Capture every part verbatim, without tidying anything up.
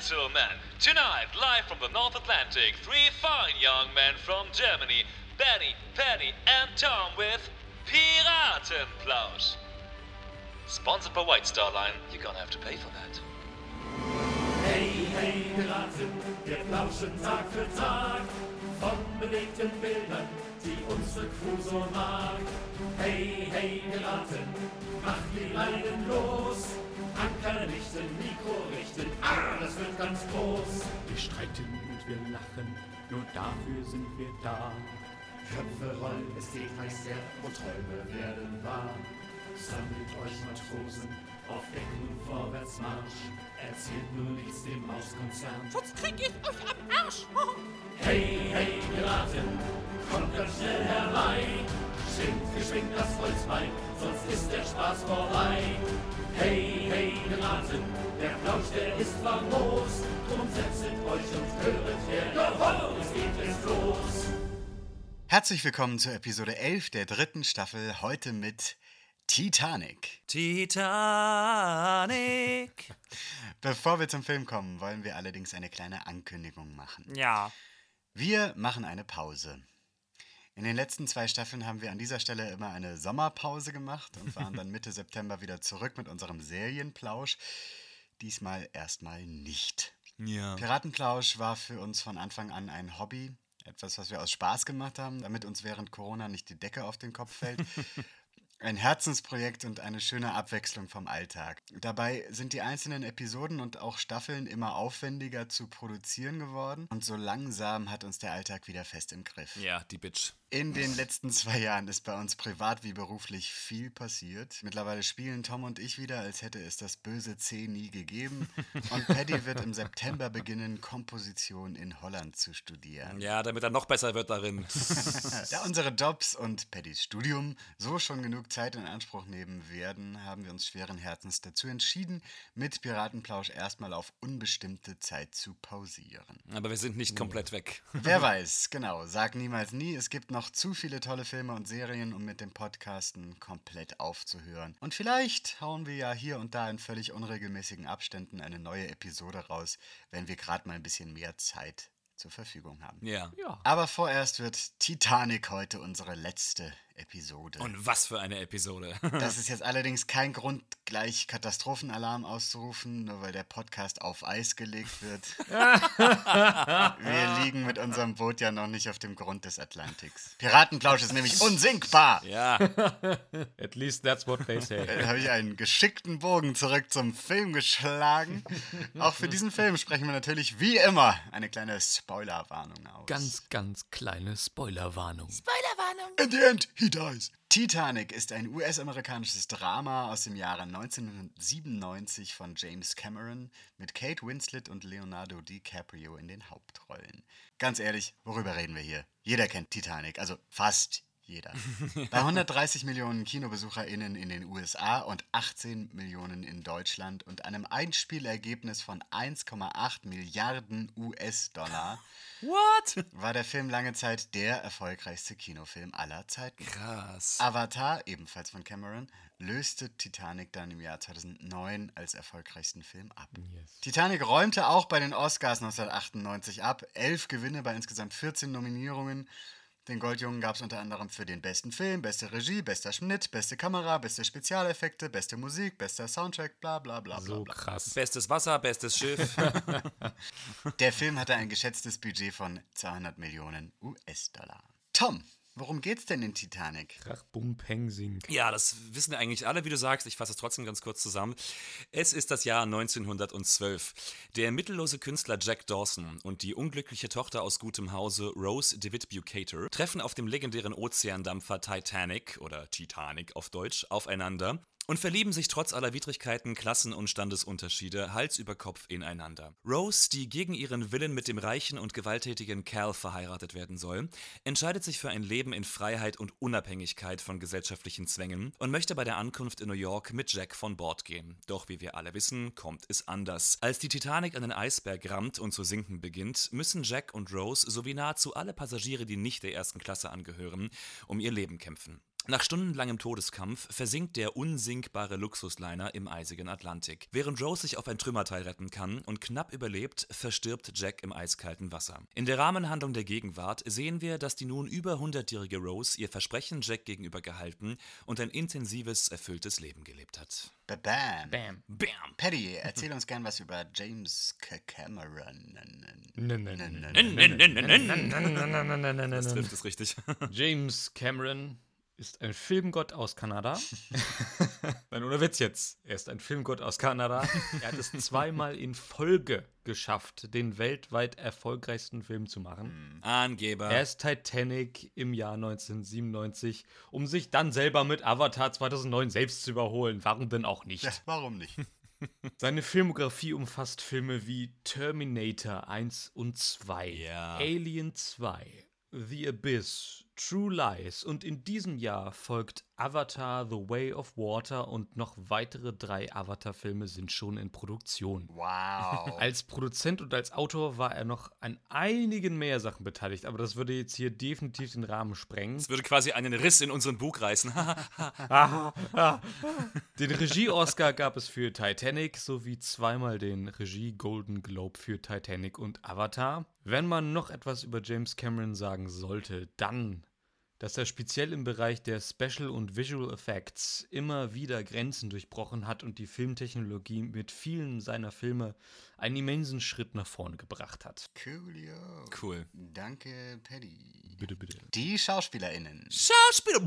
gentlemen, tonight, live from the North Atlantic, three fine young men from Germany, Benny, Penny, and Tom with Piratenplausch. Sponsored by White Star Line, you're gonna have to pay for that. Hey, hey, Piraten, wir plauschen Tag für Tag von bewegten Bildern, die unsere Crew so mag. Hey, hey, Piraten, macht die Leinen los. Anker richten, Mikro richten, ah, das wird ganz groß. Wir streiten und wir lachen, nur dafür sind wir da. Köpfe rollen, es geht heiß her und Träume werden wahr. Sammelt euch Matrosen, auf Deck nun vorwärts Marsch. Erzählt nur nichts dem Mauskonzern, sonst krieg ich euch am Arsch. Hey, hey, Piraten, kommt ganz schnell herein. Schwingt, geschwingt das Holzbein, sonst ist der Spaß vorbei. Hey, hey, Piraten, der Plausch, der ist famos. Drum setzet euch und höret her, joho, es geht jetzt los. Herzlich willkommen zur Episode elf der dritten Staffel, heute mit Titanic. Titanic. Bevor wir zum Film kommen, wollen wir allerdings eine kleine Ankündigung machen. Ja. Wir machen eine Pause. In den letzten zwei Staffeln haben wir an dieser Stelle immer eine Sommerpause gemacht und waren dann Mitte September wieder zurück mit unserem Serienplausch. Diesmal erstmal nicht. Ja. Piratenplausch war für uns von Anfang an ein Hobby. Etwas, was wir aus Spaß gemacht haben, damit uns während Corona nicht die Decke auf den Kopf fällt. Ein Herzensprojekt und eine schöne Abwechslung vom Alltag. Dabei sind die einzelnen Episoden und auch Staffeln immer aufwendiger zu produzieren geworden. Und so langsam hat uns der Alltag wieder fest im Griff. Ja, die Bitch. In den letzten zwei Jahren ist bei uns privat wie beruflich viel passiert. Mittlerweile spielen Tom und ich wieder, als hätte es das böse C nie gegeben. Und Paddy wird im September beginnen, Komposition in Holland zu studieren. Ja, damit er noch besser wird darin. Da unsere Jobs und Paddys Studium so schon genug Zeit in Anspruch nehmen werden, haben wir uns schweren Herzens dazu entschieden, mit Piratenplausch erstmal auf unbestimmte Zeit zu pausieren. Aber wir sind nicht komplett weg. Wer weiß, genau, sag niemals nie, es gibt noch zu viele tolle Filme und Serien, um mit dem Podcasten komplett aufzuhören. Und vielleicht hauen wir ja hier und da in völlig unregelmäßigen Abständen eine neue Episode raus, wenn wir gerade mal ein bisschen mehr Zeit zur Verfügung haben. Ja. Ja. Aber vorerst wird Titanic heute unsere letzte Episode. Und was für eine Episode. Das ist jetzt allerdings kein Grund, gleich Katastrophenalarm auszurufen, nur weil der Podcast auf Eis gelegt wird. Wir liegen mit unserem Boot ja noch nicht auf dem Grund des Atlantiks. Piratenplausch ist nämlich unsinkbar. Ja. At least that's what they say. Da habe ich einen geschickten Bogen zurück zum Film geschlagen. Auch für diesen Film sprechen wir natürlich wie immer eine kleine Spoilerwarnung aus. Ganz, ganz kleine Spoilerwarnung. Spoilerwarnung. In the end, he dies. Titanic ist ein U S-amerikanisches Drama aus dem Jahre neunzehnhundertsiebenundneunzig von James Cameron mit Kate Winslet und Leonardo DiCaprio in den Hauptrollen. Ganz ehrlich, worüber reden wir hier? Jeder kennt Titanic, also fast jeder. Bei hundertdreißig Millionen KinobesucherInnen in den U S A und achtzehn Millionen in Deutschland und einem Einspielergebnis von eins Komma acht Milliarden U S-Dollar What? war der Film lange Zeit der erfolgreichste Kinofilm aller Zeiten. Krass. Avatar, ebenfalls von Cameron, löste Titanic dann im Jahr zweitausendneun als erfolgreichsten Film ab. Yes. Titanic räumte auch bei den Oscars neunzehnhundertachtundneunzig ab, elf Gewinne bei insgesamt vierzehn Nominierungen. Den Goldjungen gab es unter anderem für den besten Film, beste Regie, bester Schnitt, beste Kamera, beste Spezialeffekte, beste Musik, bester Soundtrack, bla bla bla bla. So bla. krass. Bestes Wasser, bestes Schiff. Der Film hatte ein geschätztes Budget von zweihundert Millionen U S-Dollar. Tom, worum geht's denn in Titanic? Krach, Bum, Peng, Sink. Ja, das wissen wir eigentlich alle, wie du sagst. Ich fasse es trotzdem ganz kurz zusammen. Es ist das Jahr neunzehnhundertzwölf. Der mittellose Künstler Jack Dawson und die unglückliche Tochter aus gutem Hause Rose DeWitt Bukater treffen auf dem legendären Ozeandampfer Titanic, oder Titanic auf Deutsch, aufeinander und verlieben sich trotz aller Widrigkeiten, Klassen- und Standesunterschiede Hals über Kopf ineinander. Rose, die gegen ihren Willen mit dem reichen und gewalttätigen Cal verheiratet werden soll, entscheidet sich für ein Leben in Freiheit und Unabhängigkeit von gesellschaftlichen Zwängen und möchte bei der Ankunft in New York mit Jack von Bord gehen. Doch wie wir alle wissen, kommt es anders. Als die Titanic an den Eisberg rammt und zu sinken beginnt, müssen Jack und Rose sowie nahezu alle Passagiere, die nicht der ersten Klasse angehören, um ihr Leben kämpfen. Nach stundenlangem Todeskampf versinkt der unsinkbare Luxusliner im eisigen Atlantik. Während Rose sich auf ein Trümmerteil retten kann und knapp überlebt, verstirbt Jack im eiskalten Wasser. In der Rahmenhandlung der Gegenwart sehen wir, dass die nun über hundertjährige Rose ihr Versprechen Jack gegenüber gehalten und ein intensives, erfülltes Leben gelebt hat. Bam. Bam. Bam! Paddy, erzähl uns gern was über James C- Cameron. Das trifft es richtig. James Cameron ist ein Filmgott aus Kanada. Nein, ohne Witz jetzt. Er ist ein Filmgott aus Kanada. Er hat es zweimal in Folge geschafft, den weltweit erfolgreichsten Film zu machen. Angeber. Er ist Titanic im Jahr neunzehnhundertsiebenundneunzig, um sich dann selber mit Avatar zweitausendneun selbst zu überholen. Warum denn auch nicht? Ja, warum nicht? Seine Filmografie umfasst Filme wie Terminator eins und zwei, Ja. Alien zwei, The Abyss, True Lies und in diesem Jahr folgt Avatar The Way of Water und noch weitere drei Avatar-Filme sind schon in Produktion. Wow. Als Produzent und als Autor war er noch an einigen mehr Sachen beteiligt, aber das würde jetzt hier definitiv den Rahmen sprengen. Das würde quasi einen Riss in unseren Bug reißen. Den Regie-Oscar gab es für Titanic sowie zweimal den Regie-Golden Globe für Titanic und Avatar. Wenn man noch etwas über James Cameron sagen sollte, dann, dass er speziell im Bereich der Special und Visual Effects immer wieder Grenzen durchbrochen hat und die Filmtechnologie mit vielen seiner Filme einen immensen Schritt nach vorne gebracht hat. Coolio. Cool. Danke, Paddy. Bitte, bitte. Die SchauspielerInnen. Schauspieler.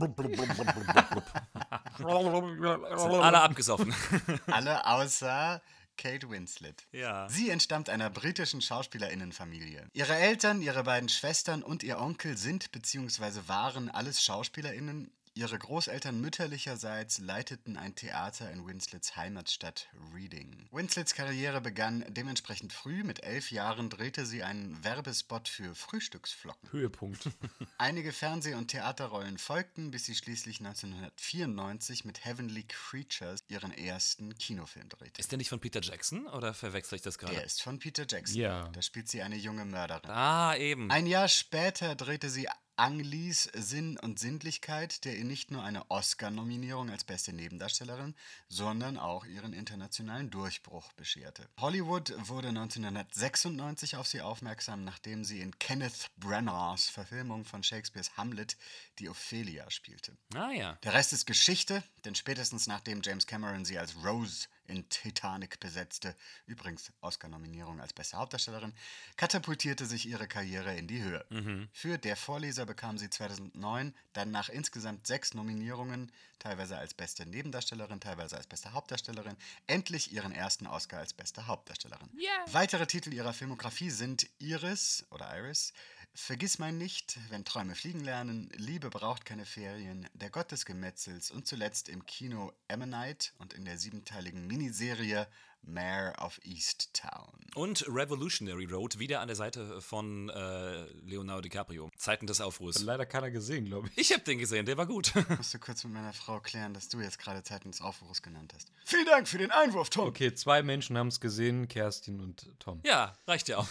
Sind alle abgesoffen. Alle außer Kate Winslet. Ja. Sie entstammt einer britischen SchauspielerInnenfamilie. Ihre Eltern, ihre beiden Schwestern und ihr Onkel sind bzw. waren alles SchauspielerInnen. Ihre Großeltern mütterlicherseits leiteten ein Theater in Winslets Heimatstadt Reading. Winslets Karriere begann dementsprechend früh. Mit elf Jahren drehte sie einen Werbespot für Frühstücksflocken. Höhepunkt. Einige Fernseh- und Theaterrollen folgten, bis sie schließlich neunzehnhundertvierundneunzig mit Heavenly Creatures ihren ersten Kinofilm drehte. Ist der nicht von Peter Jackson oder verwechsel ich das gerade? Der ist von Peter Jackson. Ja. Da spielt sie eine junge Mörderin. Ah, eben. Ein Jahr später drehte sie Ang Lees Sinn und Sinnlichkeit, der ihr nicht nur eine Oscar-Nominierung als beste Nebendarstellerin, sondern auch ihren internationalen Durchbruch bescherte. Hollywood wurde neunzehnhundertsechsundneunzig auf sie aufmerksam, nachdem sie in Kenneth Branaghs Verfilmung von Shakespeares Hamlet die Ophelia spielte. Ah ja. Der Rest ist Geschichte, denn spätestens nachdem James Cameron sie als Rose in Titanic besetzte, übrigens Oscar-Nominierung als beste Hauptdarstellerin, katapultierte sich ihre Karriere in die Höhe. Für Der Vorleser bekam sie zweitausendneun dann nach insgesamt sechs Nominierungen, teilweise als beste Nebendarstellerin, teilweise als beste Hauptdarstellerin, endlich ihren ersten Oscar als beste Hauptdarstellerin. Weitere Titel ihrer Filmografie sind Iris oder Iris, Vergiss mein nicht, wenn Träume fliegen lernen, Liebe braucht keine Ferien, Der Gott des Gemetzels und zuletzt im Kino Ammonite und in der siebenteiligen Miniserie Mayor of Easttown. Und Revolutionary Road, wieder an der Seite von äh, Leonardo DiCaprio. Zeiten des Aufruhrs. Leider keiner gesehen, glaube ich. Ich hab den gesehen, der war gut. Ich musste kurz mit meiner Frau klären, dass du jetzt gerade Zeiten des Aufruhrs genannt hast. Vielen Dank für den Einwurf, Tom. Okay, zwei Menschen haben es gesehen, Kerstin und Tom. Ja, reicht ja auch.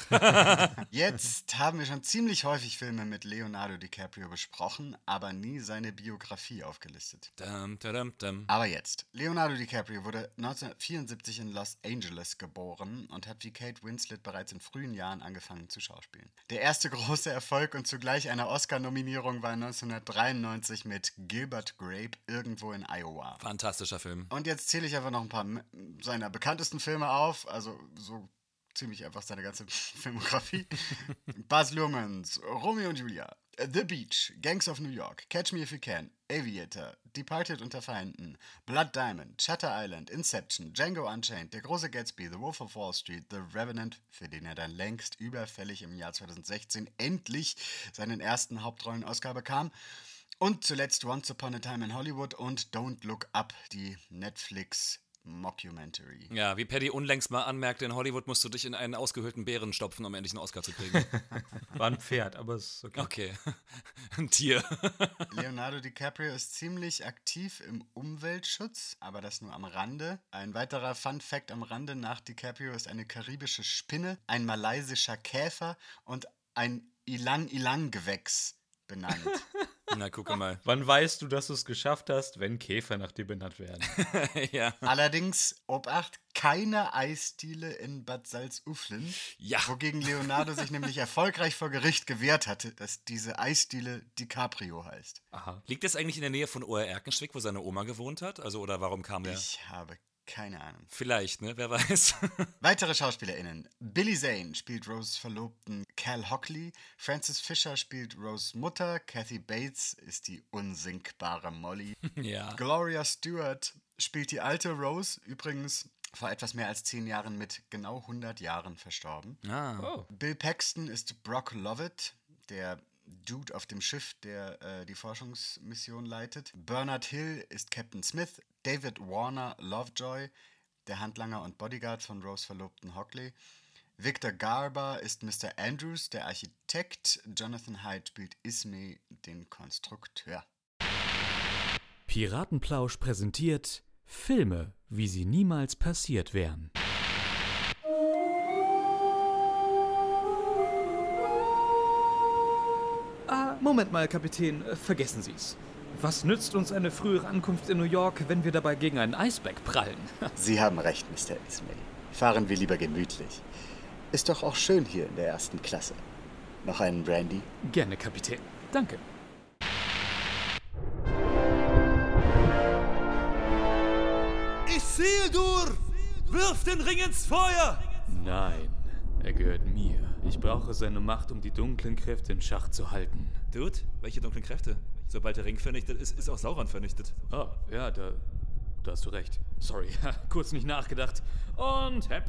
Jetzt haben wir schon ziemlich häufig Filme mit Leonardo DiCaprio besprochen, aber nie seine Biografie aufgelistet. Dum, dum, dum. Aber jetzt. Leonardo DiCaprio wurde neunzehnhundertvierundsiebzig in Los Angeles geboren und hat wie Kate Winslet bereits in frühen Jahren angefangen zu schauspielen. Der erste große Erfolg und zugleich eine Oscar-Nominierung war neunzehnhundertdreiundneunzig mit Gilbert Grape irgendwo in Iowa. Fantastischer Film. Und jetzt zähle ich einfach noch ein paar m- seiner bekanntesten Filme auf, also so ziemlich einfach seine ganze Filmografie. Baz Luhrmanns Romeo und Julia, The Beach, Gangs of New York, Catch Me If You Can, Aviator, Departed unter Feinden, Blood Diamond, Shutter Island, Inception, Django Unchained, Der große Gatsby, The Wolf of Wall Street, The Revenant, für den er dann längst überfällig im Jahr zweitausendsechzehn endlich seinen ersten Hauptrollen-Oscar bekam. Und zuletzt Once Upon a Time in Hollywood und Don't Look Up, die Netflix Mockumentary. Ja, wie Paddy unlängst mal anmerkte, in Hollywood musst du dich in einen ausgehöhlten Bären stopfen, um endlich einen Oscar zu kriegen. War ein Pferd, aber es ist okay. Okay. Ein Tier. Leonardo DiCaprio ist ziemlich aktiv im Umweltschutz, aber das nur am Rande. Ein weiterer Fun-Fact am Rande nach DiCaprio ist eine karibische Spinne, ein malaysischer Käfer und ein Ilang-Ilang-Gewächs benannt. Na, gucke mal. Wann weißt du, dass du es geschafft hast, wenn Käfer nach dir benannt werden? Ja. Allerdings, Obacht, keine Eisdiele in Bad Salzuflen, Ja. wogegen Leonardo sich nämlich erfolgreich vor Gericht gewehrt hatte, dass diese Eisdiele DiCaprio heißt. Aha. Liegt das eigentlich in der Nähe von Oer-Erkenschwick, wo seine Oma gewohnt hat? Also, oder warum kam der? Ich habe keine Ahnung. Vielleicht, ne? Wer weiß. Weitere SchauspielerInnen. Billy Zane spielt Roses Verlobten Cal Hockley. Frances Fisher spielt Roses Mutter. Kathy Bates ist die unsinkbare Molly. Ja. Gloria Stewart spielt die alte Rose, übrigens vor etwas mehr als zehn Jahren mit genau hundert Jahren verstorben. Ah. Oh. Bill Paxton ist Brock Lovett, der Dude auf dem Schiff, der äh, die Forschungsmission leitet. Bernard Hill ist Captain Smith. David Warner Lovejoy, der Handlanger und Bodyguard von Rose Verlobten Hockley. Victor Garber ist Mister Andrews, der Architekt. Jonathan Hyde spielt Ismay, den Konstrukteur. Piratenplausch präsentiert Filme, wie sie niemals passiert wären. Ah, Moment mal, Kapitän, äh, vergessen Sie's. Was nützt uns eine frühere Ankunft in New York, wenn wir dabei gegen einen Eisberg prallen? Sie haben recht, Mister Ismay. Fahren wir lieber gemütlich. Ist doch auch schön hier in der ersten Klasse. Noch einen Brandy? Gerne, Kapitän. Danke. Isildur! Wirf den Ring ins Feuer! Nein, er gehört mir. Ich brauche seine Macht, um die dunklen Kräfte in Schach zu halten. Dude, welche dunklen Kräfte? Sobald der Ring vernichtet ist, ist auch Sauron vernichtet. Oh, ja, da, da hast du recht. Sorry, kurz nicht nachgedacht. Und hepp.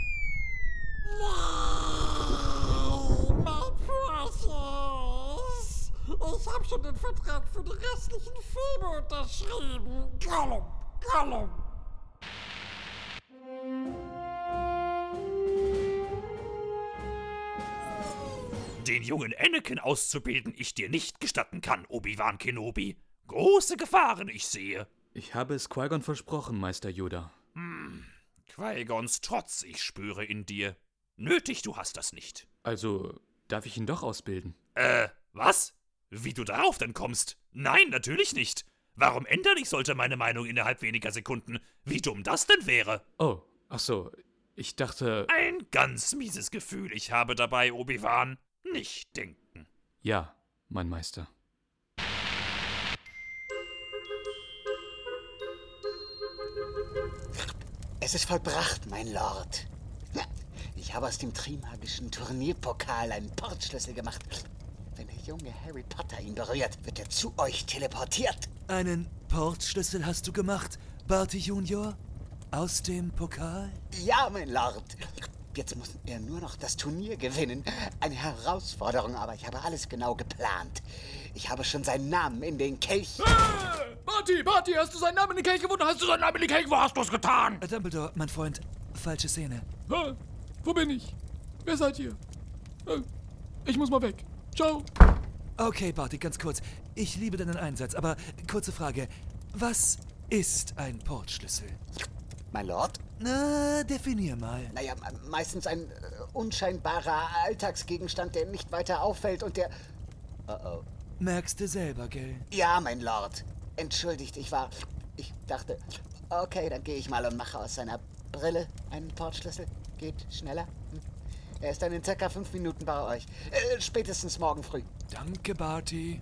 My precious! Ich hab schon den Vertrag für die restlichen Filme unterschrieben. Gollum, Gollum. Den jungen Anakin auszubilden ich dir nicht gestatten kann, Obi-Wan Kenobi. Große Gefahren, ich sehe. Ich habe es Qui-Gon versprochen, Meister Yoda. Hm, Qui-Gons Trotz, ich spüre in dir. Nötig, du hast das nicht. Also, darf ich ihn doch ausbilden? Äh, was? Wie du darauf denn kommst? Nein, natürlich nicht. Warum ändern ich sollte meine Meinung innerhalb weniger Sekunden? Wie dumm das denn wäre? Oh, ach so, ich dachte... Ein ganz mieses Gefühl ich habe dabei, Obi-Wan. Nicht denken. Ja, mein Meister. Es ist vollbracht, mein Lord. Ich habe aus dem Trimagischen Turnierpokal einen Portschlüssel gemacht. Wenn der junge Harry Potter ihn berührt, wird er zu euch teleportiert. Einen Portschlüssel hast du gemacht, Barty Junior? Aus dem Pokal? Ja, mein Lord. Jetzt muss er nur noch das Turnier gewinnen. Eine Herausforderung, aber ich habe alles genau geplant. Ich habe schon seinen Namen in den Kelch... Hey! Barty, Barty, hast du seinen Namen in den Kelch gefunden? Hast du seinen Namen in den Kelch? Wo hast du es getan? Äh, Dumbledore, mein Freund. Falsche Szene. Hä? Wo bin ich? Wer seid ihr? Äh, Ich muss mal weg. Ciao. Okay, Barty, ganz kurz. Ich liebe deinen Einsatz, aber kurze Frage. Was ist ein Portschlüssel? Mein Lord? Na, definier mal. Naja, meistens ein äh, unscheinbarer Alltagsgegenstand, der nicht weiter auffällt und der... Oh oh. Merkst du selber, gell? Ja, mein Lord. Entschuldigt, ich war... Ich dachte... Okay, dann gehe ich mal und mache aus seiner Brille einen Portschlüssel. Geht schneller. Hm. Er ist dann in circa fünf Minuten bei euch. Äh, spätestens morgen früh. Danke, Barty.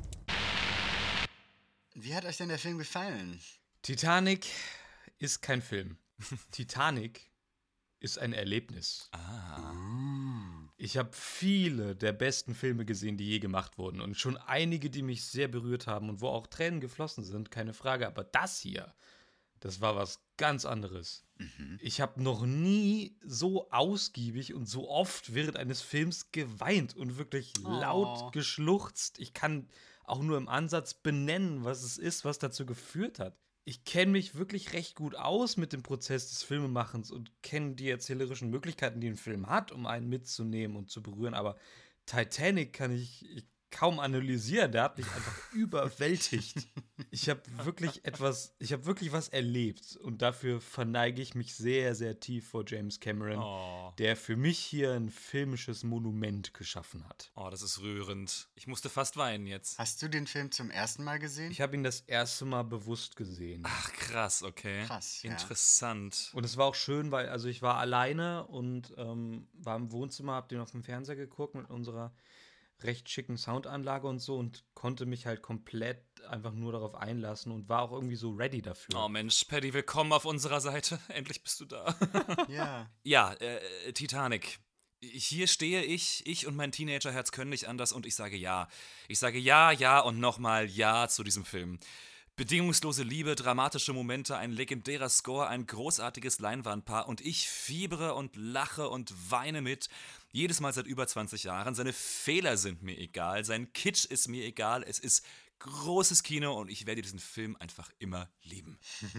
Wie hat euch denn der Film gefallen? Titanic ist kein Film. Titanic ist ein Erlebnis. Ah. Ich habe viele der besten Filme gesehen, die je gemacht wurden. Und schon einige, die mich sehr berührt haben und wo auch Tränen geflossen sind, keine Frage. Aber das hier, das war was ganz anderes. Mhm. Ich habe noch nie so ausgiebig und so oft während eines Films geweint und wirklich Oh. laut geschluchzt. Ich kann auch nur im Ansatz benennen, was es ist, was dazu geführt hat. Ich kenne mich wirklich recht gut aus mit dem Prozess des Filmemachens und kenne die erzählerischen Möglichkeiten, die ein Film hat, um einen mitzunehmen und zu berühren. Aber Titanic kann ich, ich kaum analysieren. Der hat mich einfach überwältigt. Ich habe wirklich etwas, ich habe wirklich was erlebt. Und dafür verneige ich mich sehr, sehr tief vor James Cameron, Oh. der für mich hier ein filmisches Monument geschaffen hat. Oh, das ist rührend. Ich musste fast weinen jetzt. Hast du den Film zum ersten Mal gesehen? Ich habe ihn das erste Mal bewusst gesehen. Ach, krass, okay. Krass, ja. Interessant. Und es war auch schön, weil also ich war alleine und ähm, war im Wohnzimmer, hab den auf dem Fernseher geguckt mit unserer recht schicken Soundanlage und so und konnte mich halt komplett einfach nur darauf einlassen und war auch irgendwie so ready dafür. Oh Mensch, Paddy, willkommen auf unserer Seite. Endlich bist du da. Ja. Ja, äh, Titanic. Hier stehe ich, ich und mein Teenagerherz können nicht anders und ich sage ja. Ich sage ja, ja und nochmal ja zu diesem Film. Bedingungslose Liebe, dramatische Momente, ein legendärer Score, ein großartiges Leinwandpaar und ich fiebere und lache und weine mit. Jedes Mal seit über zwanzig Jahren. Seine Fehler sind mir egal, sein Kitsch ist mir egal. Es ist großes Kino und ich werde diesen Film einfach immer lieben.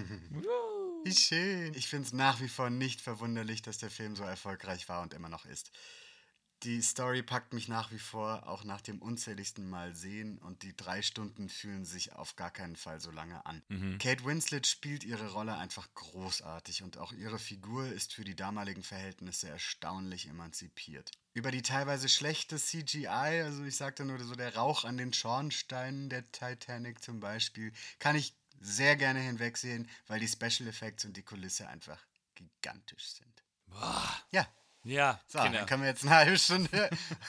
Wie schön. Ich finde es nach wie vor nicht verwunderlich, dass der Film so erfolgreich war und immer noch ist. Die Story packt mich nach wie vor, auch nach dem unzähligsten Mal sehen und die drei Stunden fühlen sich auf gar keinen Fall so lange an. Mhm. Kate Winslet spielt ihre Rolle einfach großartig und auch ihre Figur ist für die damaligen Verhältnisse erstaunlich emanzipiert. Über die teilweise schlechte C G I, also ich sagte nur so der Rauch an den Schornsteinen der Titanic zum Beispiel, kann ich sehr gerne hinwegsehen, weil die Special Effects und die Kulisse einfach gigantisch sind. Boah. Ja. Ja, So, Kinder. dann können wir jetzt eine halbe Stunde.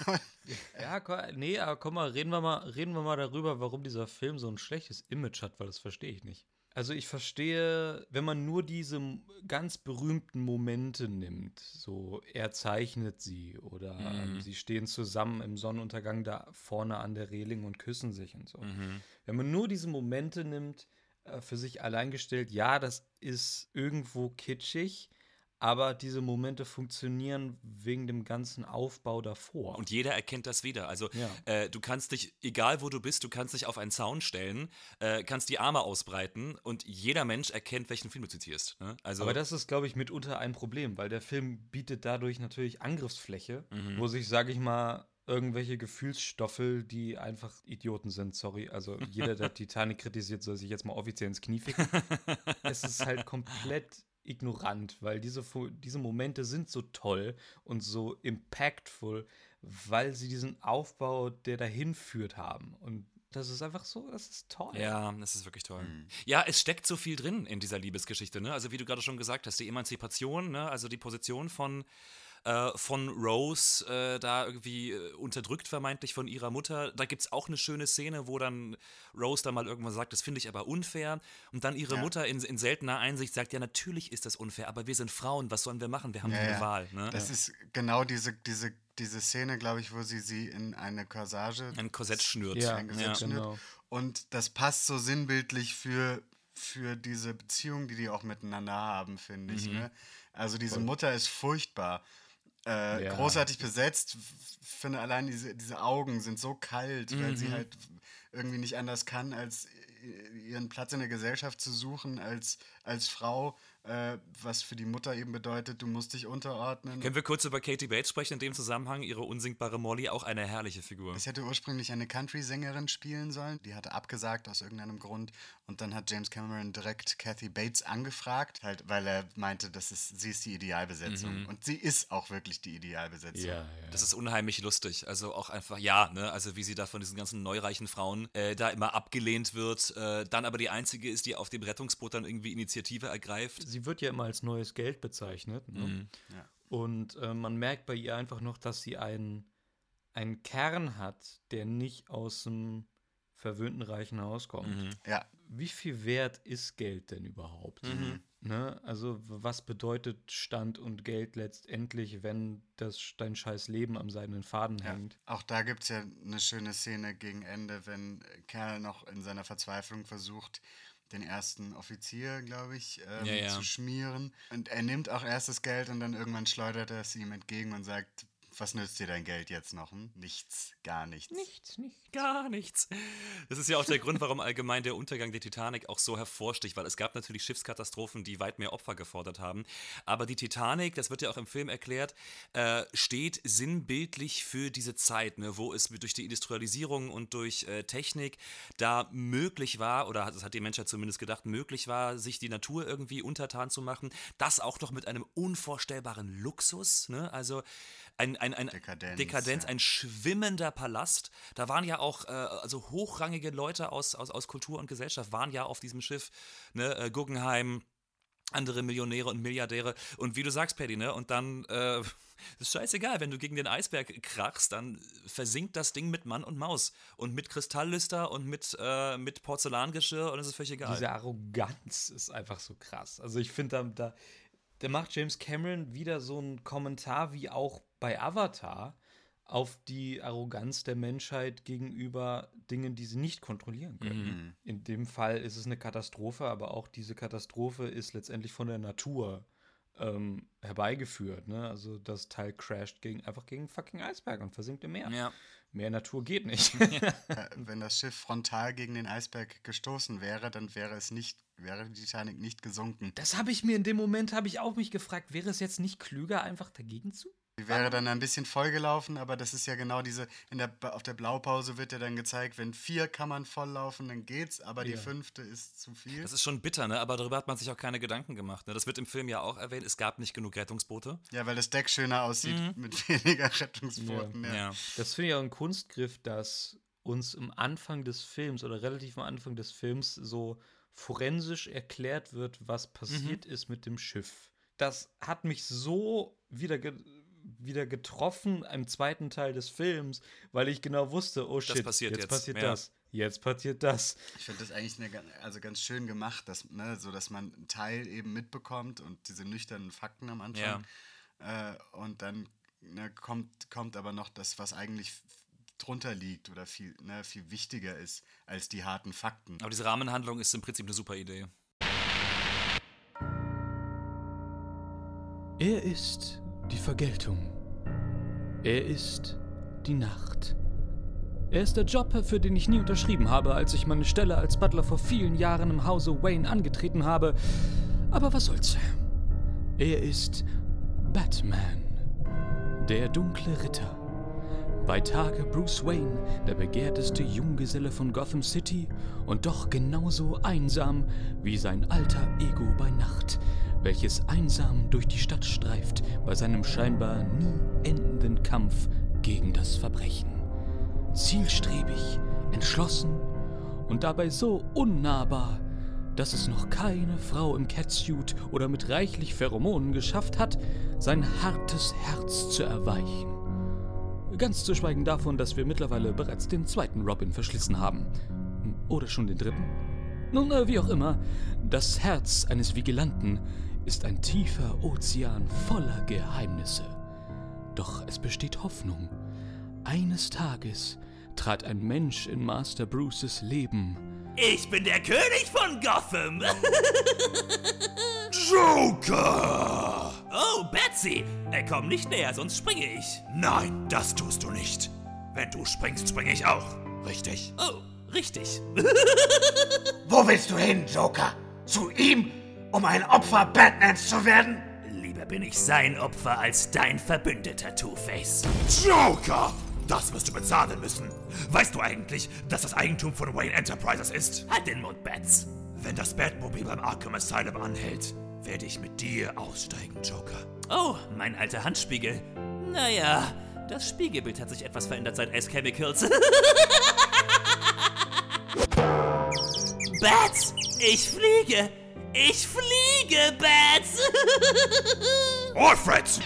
Ja, komm, nee, aber komm mal, reden wir mal, reden wir mal darüber, warum dieser Film so ein schlechtes Image hat, weil das verstehe ich nicht. Also ich verstehe, wenn man nur diese ganz berühmten Momente nimmt, so er zeichnet sie oder Mhm. ähm, sie stehen zusammen im Sonnenuntergang da vorne an der Reling und küssen sich und so. Mhm. Wenn man nur diese Momente nimmt, äh, für sich allein gestellt, ja, das ist irgendwo kitschig, aber diese Momente funktionieren wegen dem ganzen Aufbau davor. Und jeder erkennt das wieder. Also Ja. äh, du kannst dich, egal wo du bist, du kannst dich auf einen Zaun stellen, äh, kannst die Arme ausbreiten und jeder Mensch erkennt, welchen Film du zitierst. Ne? Also, Aber das ist, glaube ich, mitunter ein Problem, weil der Film bietet dadurch natürlich Angriffsfläche, Mhm. wo sich, sage ich mal, irgendwelche Gefühlsstoffel, die einfach Idioten sind, sorry. Also jeder, der Titanic kritisiert, soll sich jetzt mal offiziell ins Knie ficken. Es ist halt komplett ignorant, weil diese, Fo- diese Momente sind so toll und so impactful, weil sie diesen Aufbau, der dahin führt, haben. Und das ist einfach so, das ist toll. Ja, das ist wirklich toll. Ja, es steckt so viel drin in dieser Liebesgeschichte, ne? Also wie du gerade schon gesagt hast, die Emanzipation, ne? Also die Position von äh, von Rose, äh, da irgendwie äh, unterdrückt vermeintlich von ihrer Mutter. Da gibt es auch eine schöne Szene, wo dann Rose dann mal irgendwann sagt, das finde ich aber unfair. Und dann ihre Ja. Mutter in, in seltener Einsicht sagt, ja, natürlich ist das unfair, aber wir sind Frauen, was sollen wir machen? Wir haben Ja, keine ja. Wahl. Ne? Das ist genau diese, diese, diese Szene, glaube ich, wo sie sie in eine Corsage Ein Korsett schnürt. Ja, ein Gesetz ja, schnürt. genau. Und das passt so sinnbildlich für, für diese Beziehung, die die auch miteinander haben, finde ich. Mhm. Ne? Also diese Mutter ist furchtbar. Äh, Ja. Großartig besetzt. F- finde allein diese, diese Augen sind so kalt, weil sie halt irgendwie nicht anders kann, als i- ihren Platz in der Gesellschaft zu suchen als, als Frau, äh, was für die Mutter eben bedeutet, du musst dich unterordnen. Können wir kurz über Katie Bates sprechen in dem Zusammenhang? Ihre unsingbare Molly, auch eine herrliche Figur. Es hätte ursprünglich eine Country-Sängerin spielen sollen. Die hatte abgesagt aus irgendeinem Grund. Und dann hat James Cameron direkt Kathy Bates angefragt, halt, weil er meinte, das ist, sie ist die Idealbesetzung. Und sie ist auch wirklich die Idealbesetzung. Ja, ja. Das ist unheimlich lustig. Also auch einfach, ja, ne, also wie sie da von diesen ganzen neureichen Frauen äh, da immer abgelehnt wird, äh, dann aber die einzige ist, die auf dem Rettungsboot dann irgendwie Initiative ergreift. Sie wird ja immer als neues Geld bezeichnet. Ne? Mhm. Ja. Und äh, man merkt bei ihr einfach noch, dass sie einen, einen Kern hat, der nicht aus dem verwöhnten reichen Haus kommt. Mhm. Ja, Wie viel wert ist Geld denn überhaupt? Mhm. Ne? Also w- was bedeutet Stand und Geld letztendlich, wenn das dein scheiß Leben am seidenen Faden ja. hängt? Auch da gibt es ja eine schöne Szene gegen Ende, wenn Kerl noch in seiner Verzweiflung versucht, den ersten Offizier, glaube ich, ähm, Ja, ja. zu schmieren. Und er nimmt auch erst das Geld und dann irgendwann schleudert er es ihm entgegen und sagt, was nützt dir dein Geld jetzt noch? Hm? Nichts, gar nichts. Nichts, nichts. Gar nichts. Das ist ja auch der Grund, warum allgemein der Untergang der Titanic auch so hervorsticht, weil es gab natürlich Schiffskatastrophen, die weit mehr Opfer gefordert haben. Aber die Titanic, das wird ja auch im Film erklärt, äh, steht sinnbildlich für diese Zeit, ne, wo es durch die Industrialisierung und durch äh, Technik da möglich war, oder das hat die Menschheit zumindest gedacht, möglich war, sich die Natur irgendwie untertan zu machen. Das auch noch mit einem unvorstellbaren Luxus, ne? Also ein, ein, ein Dekadenz, Dekadenz ja. ein schwimmender Palast. Da waren ja auch äh, also hochrangige Leute aus, aus, aus Kultur und Gesellschaft waren ja auf diesem Schiff, ne? äh, Guggenheim, andere Millionäre und Milliardäre. Und wie du sagst, Paddy, ne? Und dann äh, ist scheißegal, wenn du gegen den Eisberg krachst, dann versinkt das Ding mit Mann und Maus. Und mit Kristalllüster und mit, äh, mit Porzellangeschirr und es ist völlig egal. Diese Arroganz ist einfach so krass. Also ich finde, da, da, da macht James Cameron wieder so einen Kommentar wie auch bei Avatar auf die Arroganz der Menschheit gegenüber Dingen, die sie nicht kontrollieren können. Mhm. In dem Fall ist es eine Katastrophe, aber auch diese Katastrophe ist letztendlich von der Natur ähm, herbeigeführt. Ne? Also das Teil crasht gegen, einfach gegen fucking Eisberg und versinkt im Meer. Ja. Mehr Natur geht nicht. Äh, Wenn das Schiff frontal gegen den Eisberg gestoßen wäre, dann wäre es nicht, wäre die Titanic nicht gesunken. Das habe ich mir in dem Moment, habe ich auch mich gefragt, wäre es jetzt nicht klüger, einfach dagegen zu? Die wäre dann ein bisschen vollgelaufen, aber das ist ja genau diese, in der, auf der Blaupause wird ja dann gezeigt, wenn vier Kammern volllaufen, dann geht's, aber die Ja. fünfte ist zu viel. Das ist schon bitter, ne? Aber darüber hat man sich auch keine Gedanken gemacht. Ne? Das wird im Film ja auch erwähnt, es gab nicht genug Rettungsboote. Ja, weil das Deck schöner aussieht Mhm. mit weniger Rettungsbooten. Ja. Ja. Das finde ich auch ein Kunstgriff, dass uns am Anfang des Films oder relativ am Anfang des Films so forensisch erklärt wird, was passiert ist mit dem Schiff. Das hat mich so wieder, ge wieder getroffen im zweiten Teil des Films, weil ich genau wusste, oh shit, passiert jetzt, jetzt, passiert ja. das, jetzt passiert das. Ich finde das eigentlich eine, gan- also ganz schön gemacht, dass, ne, so dass man einen Teil eben mitbekommt und diese nüchternen Fakten am Anfang. Äh, und dann ne, kommt, kommt aber noch das, was eigentlich f- drunter liegt oder viel, ne, viel wichtiger ist als die harten Fakten. Aber diese Rahmenhandlung ist im Prinzip eine super Idee. Er ist die Vergeltung. Er ist die Nacht. Er ist der Job, für den ich nie unterschrieben habe, als ich meine Stelle als Butler vor vielen Jahren im Hause Wayne angetreten habe. Aber was soll's. Er ist Batman, der dunkle Ritter. Bei Tage Bruce Wayne, der begehrteste Junggeselle von Gotham City und doch genauso einsam wie sein alter Ego bei Nacht, welches einsam durch die Stadt streift bei seinem scheinbar nie endenden Kampf gegen das Verbrechen. Zielstrebig, entschlossen und dabei so unnahbar, dass es noch keine Frau im Catsuit oder mit reichlich Pheromonen geschafft hat, sein hartes Herz zu erweichen. Ganz zu schweigen davon, dass wir mittlerweile bereits den zweiten Robin verschlissen haben. Oder schon den dritten? Nun, äh, wie auch immer, das Herz eines Vigilanten ist ein tiefer Ozean voller Geheimnisse. Doch es besteht Hoffnung. Eines Tages trat ein Mensch in Master Bruces Leben. Ich bin der König von Gotham. Joker! Oh, Betsy! Äh, komm nicht näher, sonst springe ich. Nein, das tust du nicht. Wenn du springst, springe ich auch. Richtig. Oh, richtig. Wo willst du hin, Joker? Zu ihm, um ein Opfer Batmans zu werden? Lieber bin ich sein Opfer als dein Verbündeter, Two-Face. Joker! Das wirst du bezahlen müssen. Weißt du eigentlich, dass das Eigentum von Wayne Enterprises ist? Halt den Mund, Bats. Wenn das Batmobil beim Arkham Asylum anhält, werde ich mit dir aussteigen, Joker. Oh, mein alter Handspiegel. Naja, das Spiegelbild hat sich etwas verändert seit Ace Chemicals. Bats, ich fliege. Ich fliege, Bats. Alfred!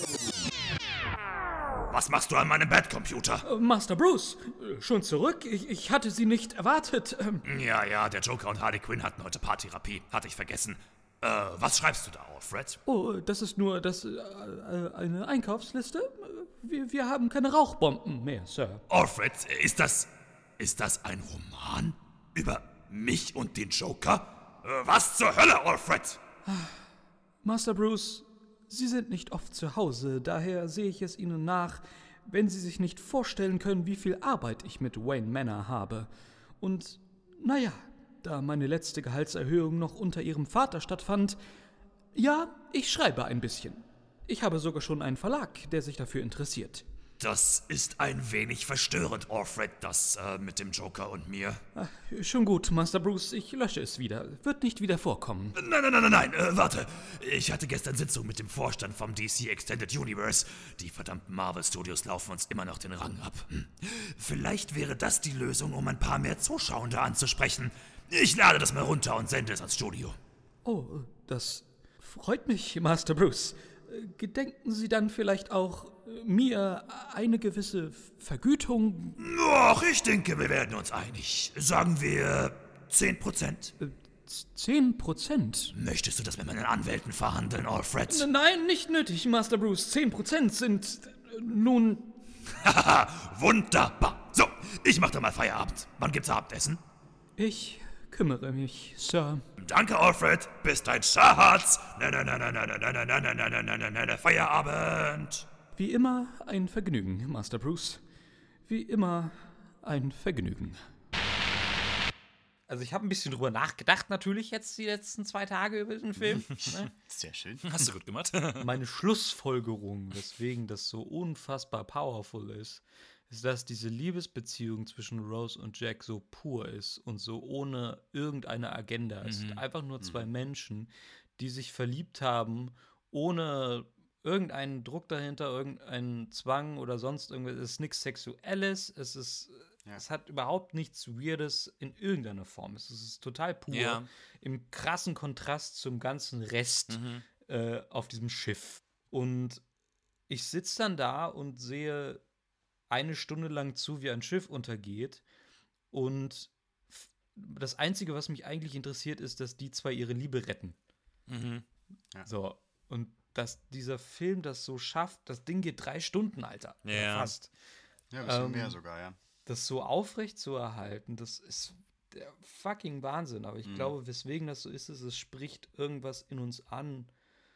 Was machst du an meinem Batcomputer? Äh, Master Bruce, äh, schon zurück? Ich, ich hatte Sie nicht erwartet. Ähm, Ja, ja, der Joker und Harley Quinn hatten heute Paartherapie. Hatte ich vergessen. Äh, was schreibst du da, Alfred? oh, das ist nur das, äh, äh, eine Einkaufsliste. Äh, Wir, wir haben keine Rauchbomben mehr, Sir. Alfred, ist das... Ist das ein Roman? Über mich und den Joker? Äh, was zur Hölle, Alfred? Master Bruce, Sie sind nicht oft zu Hause, daher sehe ich es Ihnen nach, wenn Sie sich nicht vorstellen können, wie viel Arbeit ich mit Wayne Manor habe. Und, naja, da meine letzte Gehaltserhöhung noch unter Ihrem Vater stattfand, ja, ich schreibe ein bisschen. Ich habe sogar schon einen Verlag, der sich dafür interessiert. Das ist ein wenig verstörend, Alfred, das äh, mit dem Joker und mir. Ach, schon gut, Master Bruce, ich lösche es wieder. Wird nicht wieder vorkommen. Nein, nein, nein, nein, nein, äh, warte. Ich hatte gestern Sitzung mit dem Vorstand vom D C Extended Universe. Die verdammten Marvel Studios laufen uns immer noch den Rang ab. Hm. Vielleicht wäre das die Lösung, um ein paar mehr Zuschauende anzusprechen. Ich lade das mal runter und sende es ans Studio. Oh, das freut mich, Master Bruce. Gedenken Sie dann vielleicht auch, mir eine gewisse Vergütung? Ach, ich denke, wir werden uns einig. Sagen wir zehn Prozent? zehn Prozent? Möchtest du das mit meinen Anwälten verhandeln, Alfred? Nein, nicht nötig, Master Bruce. zehn Prozent sind nun... Haha, wunderbar. So, ich mach da mal Feierabend. Wann gibt's Abendessen? Ich kümmere mich, Sir. Danke, Alfred. Bis dein Schatz. Nein, nein, nein, nein, nein, nein, nein, nein, nein, nein, nein, nein, nein, Feierabend. Wie immer ein Vergnügen, Master Bruce. Wie immer ein Vergnügen. Also ich habe ein bisschen drüber nachgedacht natürlich jetzt die letzten zwei Tage über den Film. Ne? Sehr schön. Hast du gut gemacht. Meine Schlussfolgerung, weswegen das so unfassbar powerful ist, ist, dass diese Liebesbeziehung zwischen Rose und Jack so pur ist und so ohne irgendeine Agenda. Mhm. Es sind einfach nur zwei mhm. Menschen, die sich verliebt haben, ohne irgendeinen Druck dahinter, irgendeinen Zwang oder sonst irgendwas. Es ist nichts Sexuelles, es ist, ja. es hat überhaupt nichts Weirdes in irgendeiner Form. Es ist total pur, ja. im krassen Kontrast zum ganzen Rest mhm. äh, auf diesem Schiff. Und ich sitze dann da und sehe eine Stunde lang zu, wie ein Schiff untergeht. Und f- das Einzige, was mich eigentlich interessiert, ist, dass die zwei ihre Liebe retten. Mhm. Ja. So, und dass dieser Film das so schafft, das Ding geht drei Stunden, Alter. Ja. Fast. Ja, ein bisschen ähm, mehr sogar, ja. Das so aufrecht zu erhalten, das ist der fucking Wahnsinn. Aber ich mhm. glaube, weswegen das so ist, ist, es spricht irgendwas in uns an,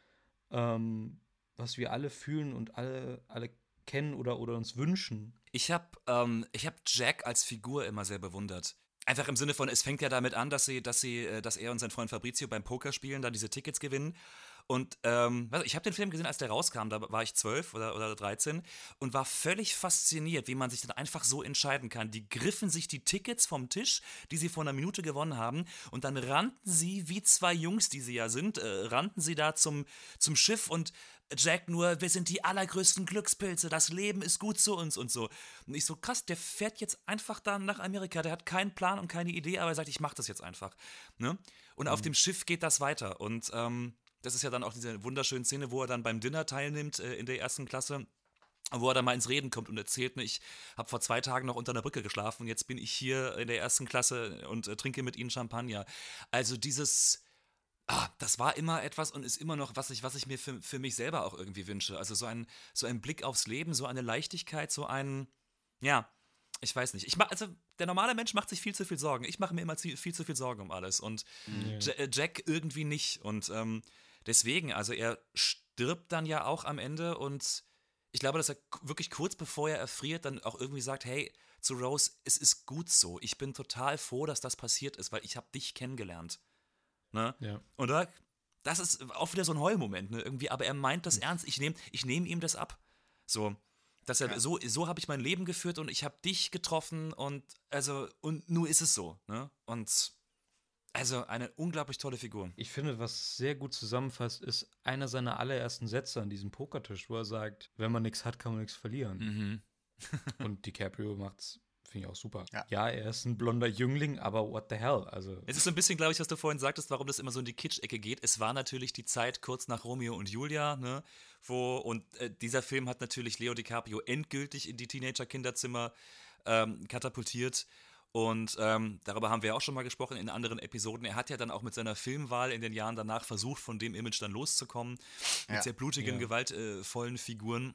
ähm, was wir alle fühlen und alle, alle kennen oder, oder uns wünschen. Ich habe ähm, ich hab Jack als Figur immer sehr bewundert. Einfach im Sinne von, es fängt ja damit an, dass sie, dass sie, dass er und sein Freund Fabrizio beim Pokerspielen da diese Tickets gewinnen. Und ähm, ich habe den Film gesehen, als der rauskam, da war ich zwölf oder, oder dreizehn und war völlig fasziniert, wie man sich dann einfach so entscheiden kann. Die griffen sich die Tickets vom Tisch, die sie vor einer Minute gewonnen haben, und dann rannten sie, wie zwei Jungs, die sie ja sind, äh, rannten sie da zum, zum Schiff und Jack nur, wir sind die allergrößten Glückspilze, das Leben ist gut zu uns und so. Und ich so, krass, der fährt jetzt einfach da nach Amerika, der hat keinen Plan und keine Idee, aber er sagt, ich mach das jetzt einfach. Ne? Und mhm. auf dem Schiff geht das weiter und ähm, das ist ja dann auch diese wunderschöne Szene, wo er dann beim Dinner teilnimmt äh, in der ersten Klasse, wo er dann mal ins Reden kommt und erzählt, ne, ich habe vor zwei Tagen noch unter einer Brücke geschlafen und jetzt bin ich hier in der ersten Klasse und äh, trinke mit ihnen Champagner. Also dieses, ah, das war immer etwas und ist immer noch, was ich, was ich mir für, für mich selber auch irgendwie wünsche. Also so ein, so ein Blick aufs Leben, so eine Leichtigkeit, so ein, ja, ich weiß nicht. Ich mach, also der normale Mensch macht sich viel zu viel Sorgen. Ich mache mir immer viel, viel zu viel Sorgen um alles und mhm. J- Jack irgendwie nicht und ähm, deswegen, also er stirbt dann ja auch am Ende und ich glaube, dass er wirklich kurz bevor er erfriert dann auch irgendwie sagt, hey, zu Rose, es ist gut so. Ich bin total froh, dass das passiert ist, weil ich habe dich kennengelernt. Ne? Ja. Und da, das ist auch wieder so ein Heulmoment, ne, irgendwie, aber er meint das ernst. Ich nehme ich nehm ihm das ab. So, dass er, ja. so, so habe ich mein Leben geführt und ich habe dich getroffen und also, und nur ist es so. Ne? Und also eine unglaublich tolle Figur. Ich finde, was sehr gut zusammenfasst, ist einer seiner allerersten Sätze an diesem Pokertisch, wo er sagt, wenn man nichts hat, kann man nichts verlieren. Mhm. Und DiCaprio macht's, finde ich auch super. Ja. ja, er ist ein blonder Jüngling, aber what the hell? Also es ist so ein bisschen, glaube ich, was du vorhin sagtest, warum das immer so in die Kitsch-Ecke geht. Es war natürlich die Zeit kurz nach Romeo und Julia, ne, wo, und äh, dieser Film hat natürlich Leo DiCaprio endgültig in die Teenager-Kinderzimmer ähm, katapultiert. Und ähm, darüber haben wir auch schon mal gesprochen in anderen Episoden. Er hat ja dann auch mit seiner Filmwahl in den Jahren danach versucht, von dem Image dann loszukommen, ja. mit sehr blutigen, ja. gewaltvollen Figuren.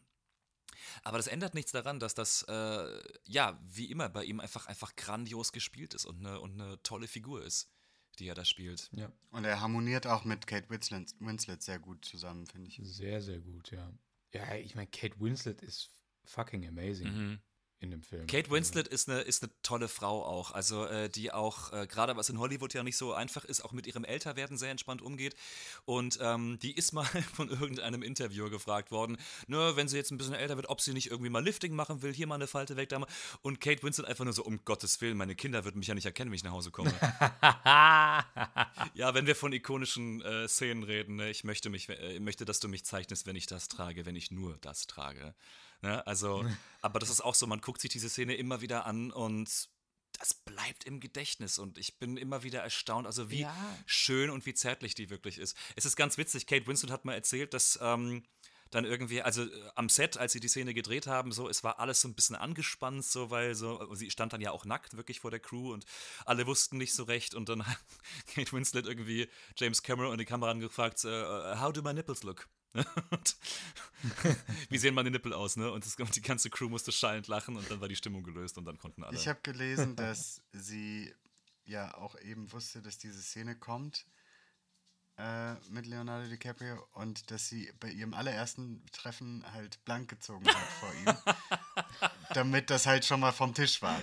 Aber das ändert nichts daran, dass das, äh, ja, wie immer bei ihm einfach, einfach grandios gespielt ist und eine, und eine tolle Figur ist. die er da spielt. Ja. Und er harmoniert auch mit Kate Winslet, Winslet sehr gut zusammen, finde ich. Sehr, sehr gut, ja. Ja, ich meine, Kate Winslet ist fucking amazing Mhm. in dem Film. Kate Winslet ist eine, ist eine tolle Frau auch, also äh, die auch, äh, gerade was in Hollywood ja nicht so einfach ist, auch mit ihrem Älterwerden sehr entspannt umgeht und ähm, die ist mal von irgendeinem Interviewer gefragt worden, ne, wenn sie jetzt ein bisschen älter wird, ob sie nicht irgendwie mal Lifting machen will, hier mal eine Falte weg, da mal, und Kate Winslet einfach nur so, um Gottes Willen, meine Kinder würden mich ja nicht erkennen, wenn ich nach Hause komme. Ja, wenn wir von ikonischen äh, Szenen reden, ne, ich möchte mich, äh, möchte, dass du mich zeichnest, wenn ich das trage, wenn ich nur das trage. Ne? Also, aber das ist auch so, man guckt sich diese Szene immer wieder an und das bleibt im Gedächtnis und ich bin immer wieder erstaunt, also wie Ja. schön und wie zärtlich die wirklich ist. Es ist ganz witzig, Kate Winslet hat mal erzählt, dass ähm, dann irgendwie, also äh, am Set, als sie die Szene gedreht haben, so, es war alles so ein bisschen angespannt, so, weil so, sie stand dann ja auch nackt wirklich vor der Crew und alle wussten nicht so recht und dann hat Kate Winslet irgendwie James Cameron und die Kamera angefragt, äh, how do my nipples look? Und wie sehen meine Nippel aus, ne? Und, das, und die ganze Crew musste schallend lachen und dann war die Stimmung gelöst und dann konnten alle. Ich habe gelesen, dass sie ja auch eben wusste, dass diese Szene kommt äh, mit Leonardo DiCaprio und dass sie bei ihrem allerersten Treffen halt blank gezogen hat vor ihm, damit das halt schon mal vom Tisch war.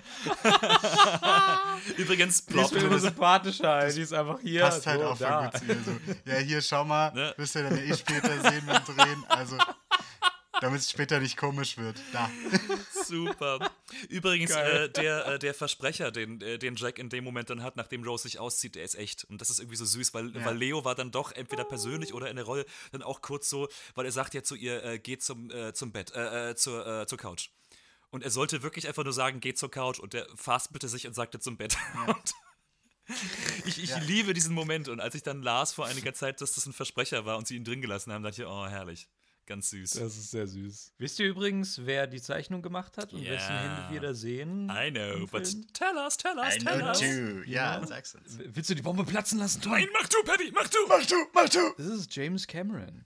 Übrigens, Die ist Plot, viel sympathischer, die ist einfach hier. Passt halt so, auch voll da. gut zu ihr. So, ja, hier, schau mal, Ne? wirst du dann ja eh später sehen beim Drehen. Also, damit es später nicht komisch wird. Da. super. Übrigens, äh, der, äh, der Versprecher, den, äh, den Jack in dem Moment dann hat, nachdem Rose sich auszieht, der ist echt. Und das ist irgendwie so süß, weil, Ja. weil Leo war dann doch entweder persönlich oder in der Rolle dann auch kurz so, weil er sagt ja zu ihr, äh, geht zum, äh, zum Bett, äh, äh, zur, äh, zur Couch. Und er sollte wirklich einfach nur sagen, geht zur Couch. Und der faspelte sich und sagte zum Bett. Und ich ich Ja. liebe diesen Moment. Und als ich dann las vor einiger Zeit, dass das ein Versprecher war und sie ihn drin gelassen haben, dachte ich, oh, herrlich. Ganz süß. Das ist sehr süß. Wisst ihr übrigens, wer die Zeichnung gemacht hat und Ja. wessen Hände wir da sehen? I know, im but Film? tell us, tell us, I tell know us. too. Ja, Ja. sag's uns. Willst du die Bombe platzen lassen, Tom? Nein, mach du, Paddy, mach du. Mach du, mach du! Das ist James Cameron.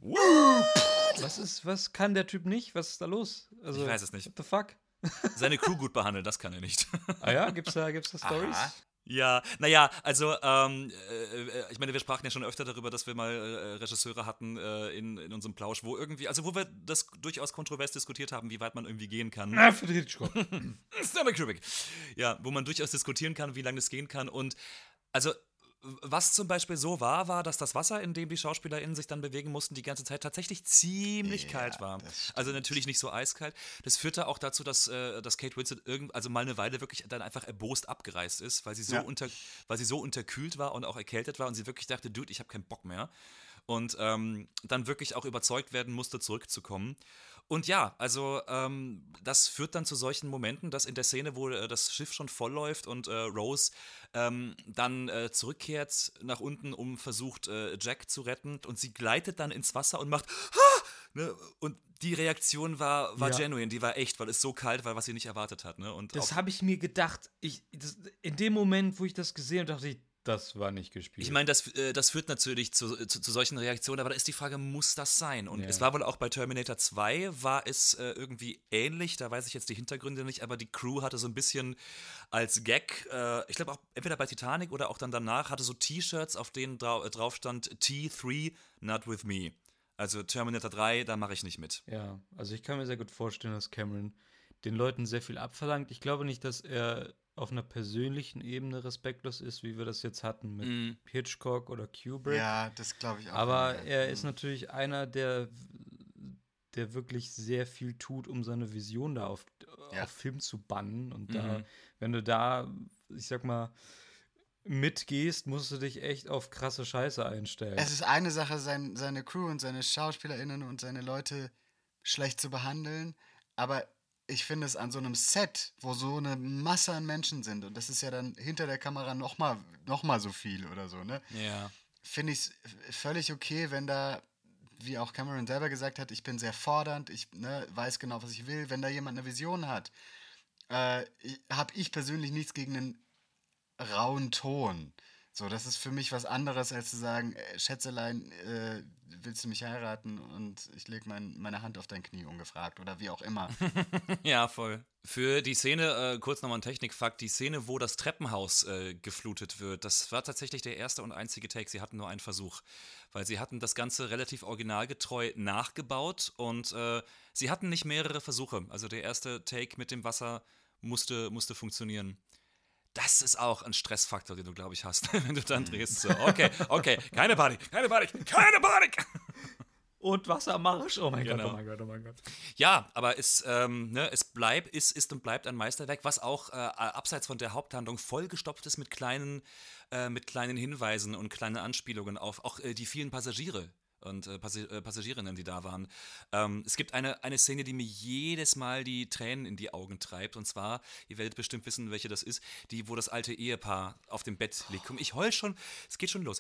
Was ist, was kann der Typ nicht? Was ist da los? Also, Ich weiß es nicht. What the fuck? Seine Crew gut behandeln, das kann er nicht. Ah ja, gibt's da, gibt's da Stories? Aha. Ja, naja, also ähm, äh, ich meine, wir sprachen ja schon öfter darüber, dass wir mal äh, Regisseure hatten äh, in, in unserem Plausch, wo irgendwie, also wo wir das durchaus kontrovers diskutiert haben, wie weit man irgendwie gehen kann. Ah, für Hitchcock. Stanley Kubrick. Ja, wo man durchaus diskutieren kann, wie lange das gehen kann. Und also, was zum Beispiel so war, war, dass das Wasser, in dem die SchauspielerInnen sich dann bewegen mussten, die ganze Zeit tatsächlich ziemlich Ja, kalt war. das stimmt. Also natürlich nicht so eiskalt. Das führte auch dazu, dass, äh, dass Kate Winslet irgend, also mal eine Weile wirklich dann einfach erbost abgereist ist, weil sie so Ja. unter, weil sie so unterkühlt war und auch erkältet war und sie wirklich dachte, Dude, ich habe keinen Bock mehr. Und ähm, dann wirklich auch überzeugt werden musste, zurückzukommen. Und ja, also ähm, das führt dann zu solchen Momenten, dass in der Szene, wo äh, das Schiff schon voll läuft und äh, Rose ähm, dann äh, zurückkehrt nach unten, um versucht, äh, Jack zu retten und sie gleitet dann ins Wasser und macht ah! Ne? Und die Reaktion war, war Ja. genuine, die war echt, weil es so kalt war, was sie nicht erwartet hat. Ne? Und Das auch- habe ich mir gedacht. Ich, das, in dem Moment, wo ich das gesehen habe, dachte ich, das war nicht gespielt. Ich meine, das, äh, das führt natürlich zu, zu, zu solchen Reaktionen, aber da ist die Frage, muss das sein? Und Ja. es war wohl auch bei Terminator zwei, war es äh, irgendwie ähnlich, da weiß ich jetzt die Hintergründe nicht, aber die Crew hatte so ein bisschen als Gag, äh, ich glaube auch entweder bei Titanic oder auch dann danach, hatte so T-Shirts, auf denen drau äh, drauf stand T drei, not with me. Also Terminator drei, da mache ich nicht mit. Ja, also ich kann mir sehr gut vorstellen, dass Cameron den Leuten sehr viel abverlangt. Ich glaube nicht, dass er auf einer persönlichen Ebene respektlos ist, wie wir das jetzt hatten mit Mm. Hitchcock oder Kubrick. Ja, das glaube ich auch. Aber weniger. er ist natürlich einer, der, der wirklich sehr viel tut, um seine Vision da auf, Ja. auf Film zu bannen. Und da, Mhm. wenn du da, ich sag mal, mitgehst, musst du dich echt auf krasse Scheiße einstellen. Es ist eine Sache, sein, seine Crew und seine SchauspielerInnen und seine Leute schlecht zu behandeln, aber ich finde es an so einem Set, wo so eine Masse an Menschen sind, und das ist ja dann hinter der Kamera nochmal noch mal so viel oder so, ne? Ja. Finde ich es völlig okay, wenn da, wie auch Cameron selber gesagt hat, ich bin sehr fordernd, ich ne, weiß genau, was ich will. Wenn da jemand eine Vision hat, äh, habe ich persönlich nichts gegen einen rauen Ton. So, das ist für mich was anderes, als zu sagen, äh, Schätzelein, äh, willst du mich heiraten und ich lege mein, meine Hand auf dein Knie ungefragt oder wie auch immer. Ja, voll. Für die Szene, äh, kurz nochmal ein Technikfakt, die Szene, wo das Treppenhaus äh, geflutet wird, das war tatsächlich der erste und einzige Take. Sie hatten nur einen Versuch, weil sie hatten das Ganze relativ originalgetreu nachgebaut und äh, sie hatten nicht mehrere Versuche. Also der erste Take mit dem Wasser musste, musste funktionieren. Das ist auch ein Stressfaktor, den du, glaube ich, hast, wenn du dann drehst. So, okay, okay, keine Panik, keine Panik, keine Panik! Und Wassermarsch. Oh mein Genau. Gott, oh mein Gott, oh mein Gott. Ja, aber es, ähm, ne, es bleibt, ist, ist und bleibt ein Meisterwerk, was auch äh, abseits von der Haupthandlung vollgestopft ist mit kleinen, äh, mit kleinen Hinweisen und kleinen Anspielungen auf auch äh, die vielen Passagiere und äh, Passi- äh, Passagierinnen, die da waren. Ähm, es gibt eine, eine Szene, die mir jedes Mal die Tränen in die Augen treibt. Und zwar, ihr werdet bestimmt wissen, welche das ist, die, wo das alte Ehepaar auf dem Bett liegt. Komm, ich heul schon, es geht schon los.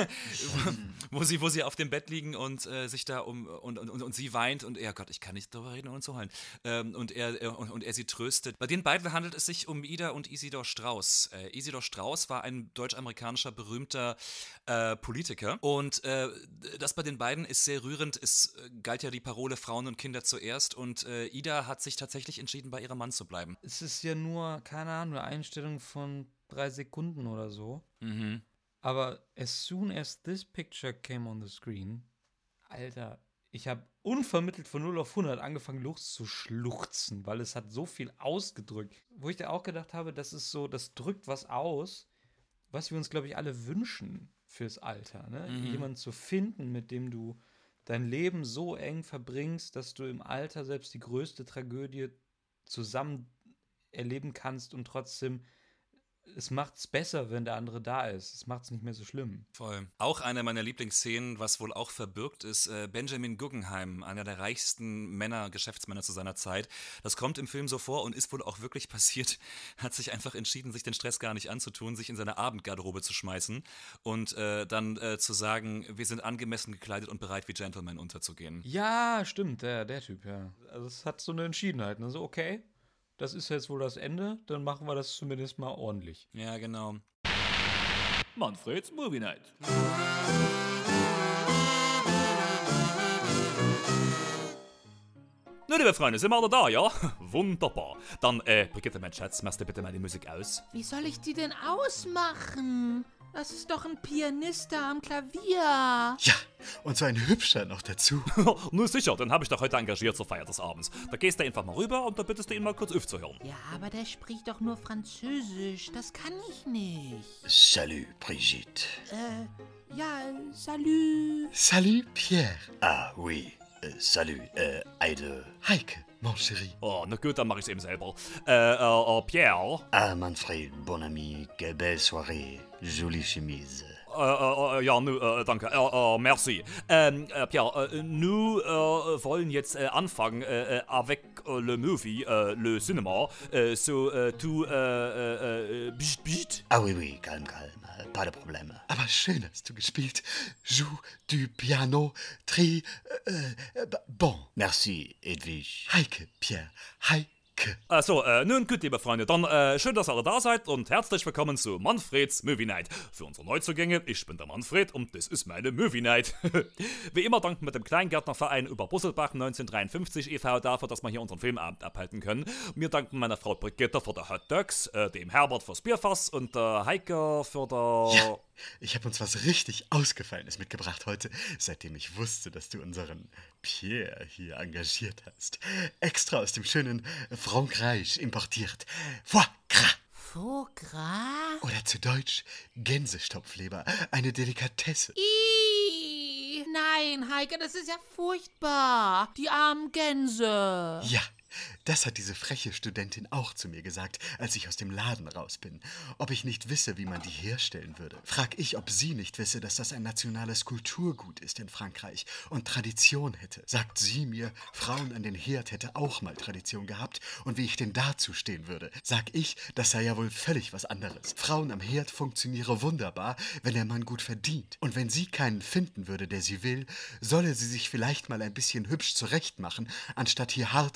wo, sie, wo sie auf dem Bett liegen und äh, sich da um und, und, und, und sie weint und er, Gott, ich kann nicht darüber reden, ohne zu heulen. Ähm, und, er, er, und, und er sie tröstet. Bei den beiden handelt es sich um Ida und Isidor Strauß. Äh, Isidor Strauß war ein deutsch-amerikanischer berühmter äh, Politiker. Und äh, das bei den beiden ist sehr rührend. Es äh, galt ja die Parole Frauen und Kinder zuerst und äh, Ida hat sich tatsächlich entschieden, bei ihrem Mann zu bleiben. Es ist ja nur, keine Ahnung, eine Einstellung von drei Sekunden oder so. Mhm. Aber as soon as this picture came on the screen, Alter, ich habe unvermittelt von null auf hundert angefangen loszuschluchzen, weil es hat so viel ausgedrückt. Wo ich da auch gedacht habe, das ist so, das drückt was aus, was wir uns, glaube ich, alle wünschen fürs Alter. Ne? Mhm. Jemanden zu finden, mit dem du dein Leben so eng verbringst, dass du im Alter selbst die größte Tragödie zusammen erleben kannst und trotzdem, es macht's besser, wenn der andere da ist. Es macht's nicht mehr so schlimm. Voll. Auch eine meiner Lieblingsszenen, was wohl auch verbirgt ist, äh, Benjamin Guggenheim, einer der reichsten Männer, Geschäftsmänner zu seiner Zeit. Das kommt im Film so vor und ist wohl auch wirklich passiert. Hat sich einfach entschieden, sich den Stress gar nicht anzutun, sich in seine Abendgarderobe zu schmeißen und äh, dann äh, zu sagen, wir sind angemessen gekleidet und bereit, wie Gentlemen unterzugehen. Ja, stimmt, der, der Typ, ja. Also es hat so eine Entschiedenheit. Ne? So, okay, das ist jetzt wohl das Ende, dann machen wir das zumindest mal ordentlich. Ja, genau. Manfreds Movie Night. Na, liebe Freunde, sind wir alle da, ja? Wunderbar. Dann, äh, Brigitte, mein Schatz, machst du bitte mal die Musik aus? Wie soll ich die denn ausmachen? Das ist doch ein Pianist da am Klavier. Ja, und so ein hübscher noch dazu. Nur sicher, den habe ich doch heute engagiert zur Feier des Abends. Da gehst du einfach mal rüber und da bittest du ihn mal kurz aufzuhören. Ja, aber der spricht doch nur Französisch. Das kann ich nicht. Salut, Brigitte. Äh, ja, salut. Salut, Pierre. Ah, oui. Äh, salut, äh, Eide. Heike, mon chéri. Oh, na gut, dann mach ich's eben selber. Äh, äh, äh Pierre. Ah, Manfred, bon ami, quelle belle soirée. Jolie chemise. Äh, äh, ja, nu, äh, danke. Äh, äh, merci. Ähm, äh, Pierre, äh, nu äh, wollen jetzt äh, anfangen äh, avec äh, le movie, äh, le cinéma. Äh, so, äh, tu, äh, äh, äh, bist, bist. Ah, oui, oui, calme, calme. Pas de problème. Aber schön hast du gespielt. Joue du piano, tri... Äh, äh, bon. Merci, Edwige. Heike, Pierre. Heike. Also, äh, nun gut, liebe Freunde, dann äh, schön, dass ihr alle da seid und herzlich willkommen zu Manfreds Movie Night. Für unsere Neuzugänge, ich bin der Manfred und das ist meine Movie Night. Wie immer danken wir dem Kleingärtnerverein über Busselbach neunzehnhundertdreiundfünfzig e V dafür, dass wir hier unseren Filmabend abhalten können. Wir danken meiner Frau Brigitte für die Hot Dogs, äh, dem Herbert fürs Bierfass und der Heike für der... Ja, ich habe uns was richtig Ausgefallenes mitgebracht heute, seitdem ich wusste, dass du unseren Pierre hier engagiert hast. Extra aus dem schönen Frankreich importiert. Foie gras. Foie gras? Oder zu Deutsch Gänsestopfleber. Eine Delikatesse. Ih, nein, Heike, das ist ja furchtbar. Die armen Gänse. Ja. Das hat diese freche Studentin auch zu mir gesagt, als ich aus dem Laden raus bin. Ob ich nicht wisse, wie man die herstellen würde. Frag ich, ob sie nicht wisse, dass das ein nationales Kulturgut ist in Frankreich und Tradition hätte. Sagt sie mir, Frauen an den Herd hätte auch mal Tradition gehabt und wie ich denn dazu stehen würde. Sag ich, das sei ja wohl völlig was anderes. Frauen am Herd funktioniere wunderbar, wenn der Mann gut verdient. Und wenn sie keinen finden würde, der sie will, solle sie sich vielleicht mal ein bisschen hübsch zurechtmachen, anstatt hier hart arbeiten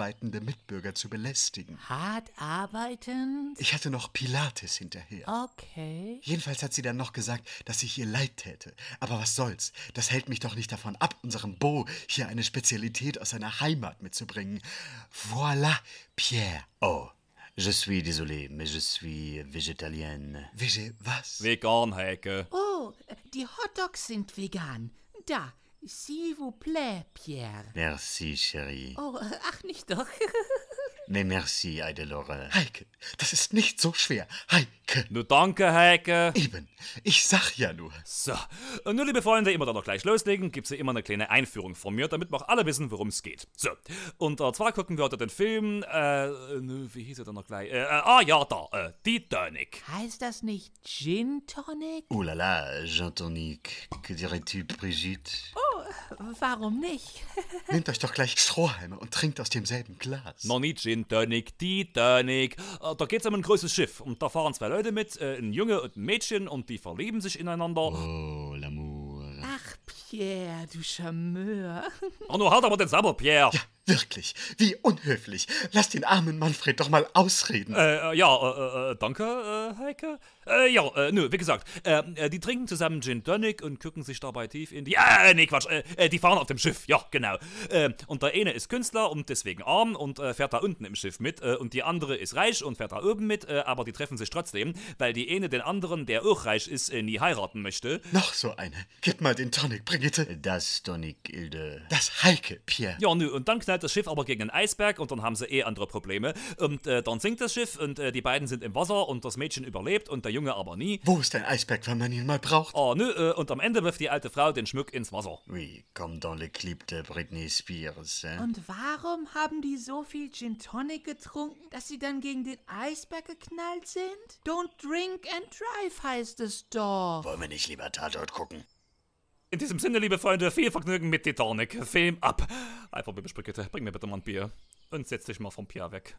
arbeitende Mitbürger zu belästigen. Hart arbeitend? Ich hatte noch Pilates hinterher. Okay. Jedenfalls hat sie dann noch gesagt, dass ich ihr leid täte. Aber was soll's? Das hält mich doch nicht davon ab, unserem Beau hier eine Spezialität aus seiner Heimat mitzubringen. Voilà, Pierre. Oh, je suis désolé, mais je suis végétalienne. Végé, was? Vegan, Heike. Oh, die Hotdogs sind vegan. Da, s'il vous plaît, Pierre. Merci, chérie. Oh, ach, nicht doch. Mais merci, Heidelore. Heike, das ist nicht so schwer. Heike. Nur danke, Heike. Eben, ich sag ja nur. So, und nun, liebe Freunde, immer dann noch gleich loslegen, gibt's ja immer eine kleine Einführung von mir, damit wir auch alle wissen, worum es geht. So, und äh, zwar gucken wir heute den Film, äh, wie hieß er dann noch gleich? Äh, äh, ah ja, da, äh, Titanic. Heißt das nicht Gin Tonic? Oh là là, Gin Tonic. Que dirais-tu, Brigitte? Oh, warum nicht? Nehmt euch doch gleich Strohhalme und trinkt aus demselben Glas. Noch nicht Gin Tonic, Titanic. Äh, da geht's um ein großes Schiff und da fahren zwei Leute mit, äh, ein Junge und ein Mädchen und die verlieben sich ineinander. Oh, l'amour. Ach, Pierre, du Charmeur. Oh, nun halt aber den Sabber, Pierre. Ja, wirklich. Wie unhöflich. Lass den armen Manfred doch mal ausreden. Äh, ja, äh, äh, danke, äh, Heike. Äh, ja, äh, nö, wie gesagt, äh, die trinken zusammen Gin Tonic und gucken sich dabei tief in die... Äh, nee, Quatsch, äh, die fahren auf dem Schiff, ja, genau. Äh, und der eine ist Künstler und deswegen arm und äh, fährt da unten im Schiff mit. Äh, und die andere ist reich und fährt da oben mit, äh, aber die treffen sich trotzdem, weil die eine den anderen, der auch reich ist, äh, nie heiraten möchte. Noch so eine. Gib mal den Tonic, Brigitte. Das Tonic, Ilde. Das Heike, Pierre. Ja, nö, und dann knallt das Schiff aber gegen einen Eisberg und dann haben sie eh andere Probleme. Und äh, dann sinkt das Schiff und äh, die beiden sind im Wasser und das Mädchen überlebt und der Junge aber nie. Wo ist ein Eisberg, wenn man ihn mal braucht? Oh, nö, äh, und am Ende wirft die alte Frau den Schmuck ins Wasser. Oui, comme dans le clip de Britney Spears. Hein? Und warum haben die so viel Gin Tonic getrunken, dass sie dann gegen den Eisberg geknallt sind? Don't drink and drive heißt es doch. Wollen wir nicht lieber Tatort gucken? In diesem Sinne, liebe Freunde, viel Vergnügen mit Titanic. Film ab. Einfach bitte, Brigitte, bring mir bitte mal ein Bier. Und setz dich mal vom Pierre weg.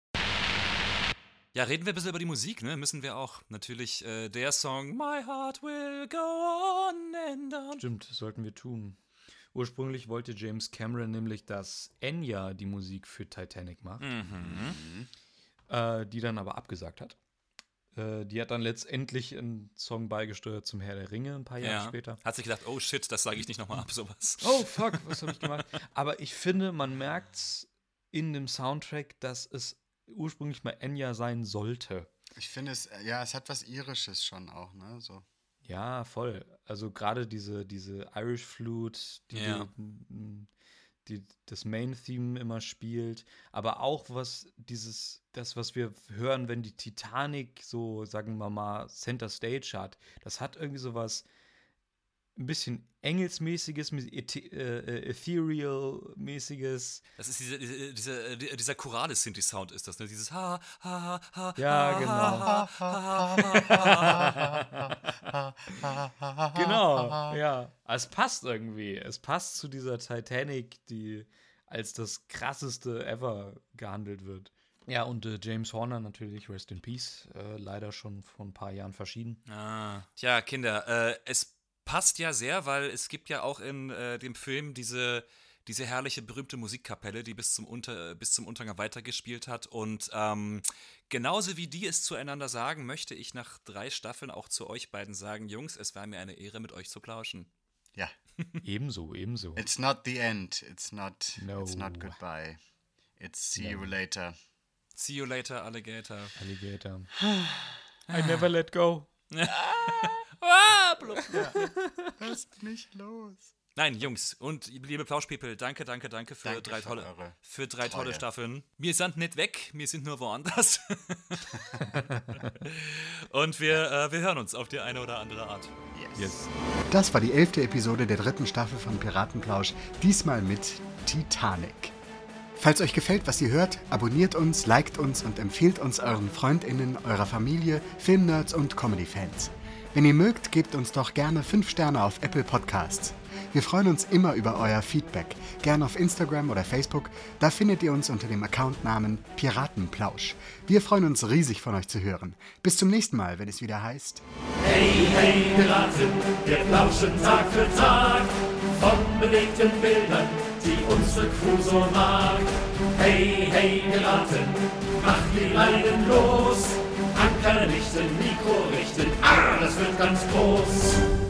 Ja, reden wir ein bisschen über die Musik, ne? Müssen wir auch. Natürlich äh, der Song My Heart Will Go On and On. Stimmt, das sollten wir tun. Ursprünglich wollte James Cameron nämlich, dass Enya die Musik für Titanic macht, Mhm. äh, die dann aber abgesagt hat. Äh, die hat dann letztendlich einen Song beigesteuert zum Herr der Ringe, ein paar Jahre Ja. später. Hat sich gedacht, oh shit, das sage ich nicht nochmal ab, sowas. Oh fuck, was habe ich gemacht? Aber ich finde, man merkt in dem Soundtrack, dass es ursprünglich mal Enya sein sollte. Ich finde es, ja, es hat was Irisches schon auch, ne? So. Ja, voll. Also gerade diese, diese Irish Flute, die, Ja. die, die das Main-Theme immer spielt, aber auch was dieses, das, was wir hören, wenn die Titanic so, sagen wir mal, Center Stage hat, das hat irgendwie sowas ein bisschen Engelsmäßiges, Eth- äh, Ethereal-mäßiges. Das ist diese, diese, diese, die- dieser chorale Synthi-Sound ist das, ne? Dieses Ha, Ha, Ha, Ja, ha, genau. Ha, ha, ha, ha, ha. Genau, ja. Es passt irgendwie. Es passt zu dieser Titanic, die als das krasseste ever gehandelt wird. Ja, und äh, James Horner natürlich, Rest in Peace, äh, leider schon vor ein paar Jahren verschieden. Ah. Tja, Kinder, äh, es passt ja sehr, weil es gibt ja auch in äh, dem Film diese, diese herrliche, berühmte Musikkapelle, die bis zum, Unter, bis zum Untergang weitergespielt hat. Und ähm, genauso wie die es zueinander sagen, möchte ich nach drei Staffeln auch zu euch beiden sagen, Jungs, es war mir eine Ehre, mit euch zu plauschen. Ja. Ebenso, ebenso. It's not the end. It's not, No. it's not goodbye. It's see you No. later. See you later, Alligator. Alligator. I never let go. Ah, blub. Lass mich los. Nein, Jungs und liebe Plauschpeople, danke, danke, danke für Danke drei für tolle, eure für drei tolle Treue. Staffeln. Wir sind nicht weg, wir sind nur woanders. Und wir, äh, wir hören uns auf die eine oder andere Art. Yes. Das war die elfte Episode der dritten Staffel von Piratenplausch, diesmal mit Titanic. Falls euch gefällt, was ihr hört, abonniert uns, liked uns und empfehlt uns euren FreundInnen, eurer Familie, Filmnerds und Comedy-Fans. Wenn ihr mögt, gebt uns doch gerne fünf Sterne auf Apple Podcasts. Wir freuen uns immer über euer Feedback, gerne auf Instagram oder Facebook. Da findet ihr uns unter dem Accountnamen Piratenplausch. Wir freuen uns riesig, von euch zu hören. Bis zum nächsten Mal, wenn es wieder heißt... Hey, hey, Piraten, wir plauschen Tag für Tag von bewegten Bildern, die unsere Crew so mag. Hey, hey, geraten, mach die Leinen los. Anker richten, Mikro richten, ah, das wird ganz groß.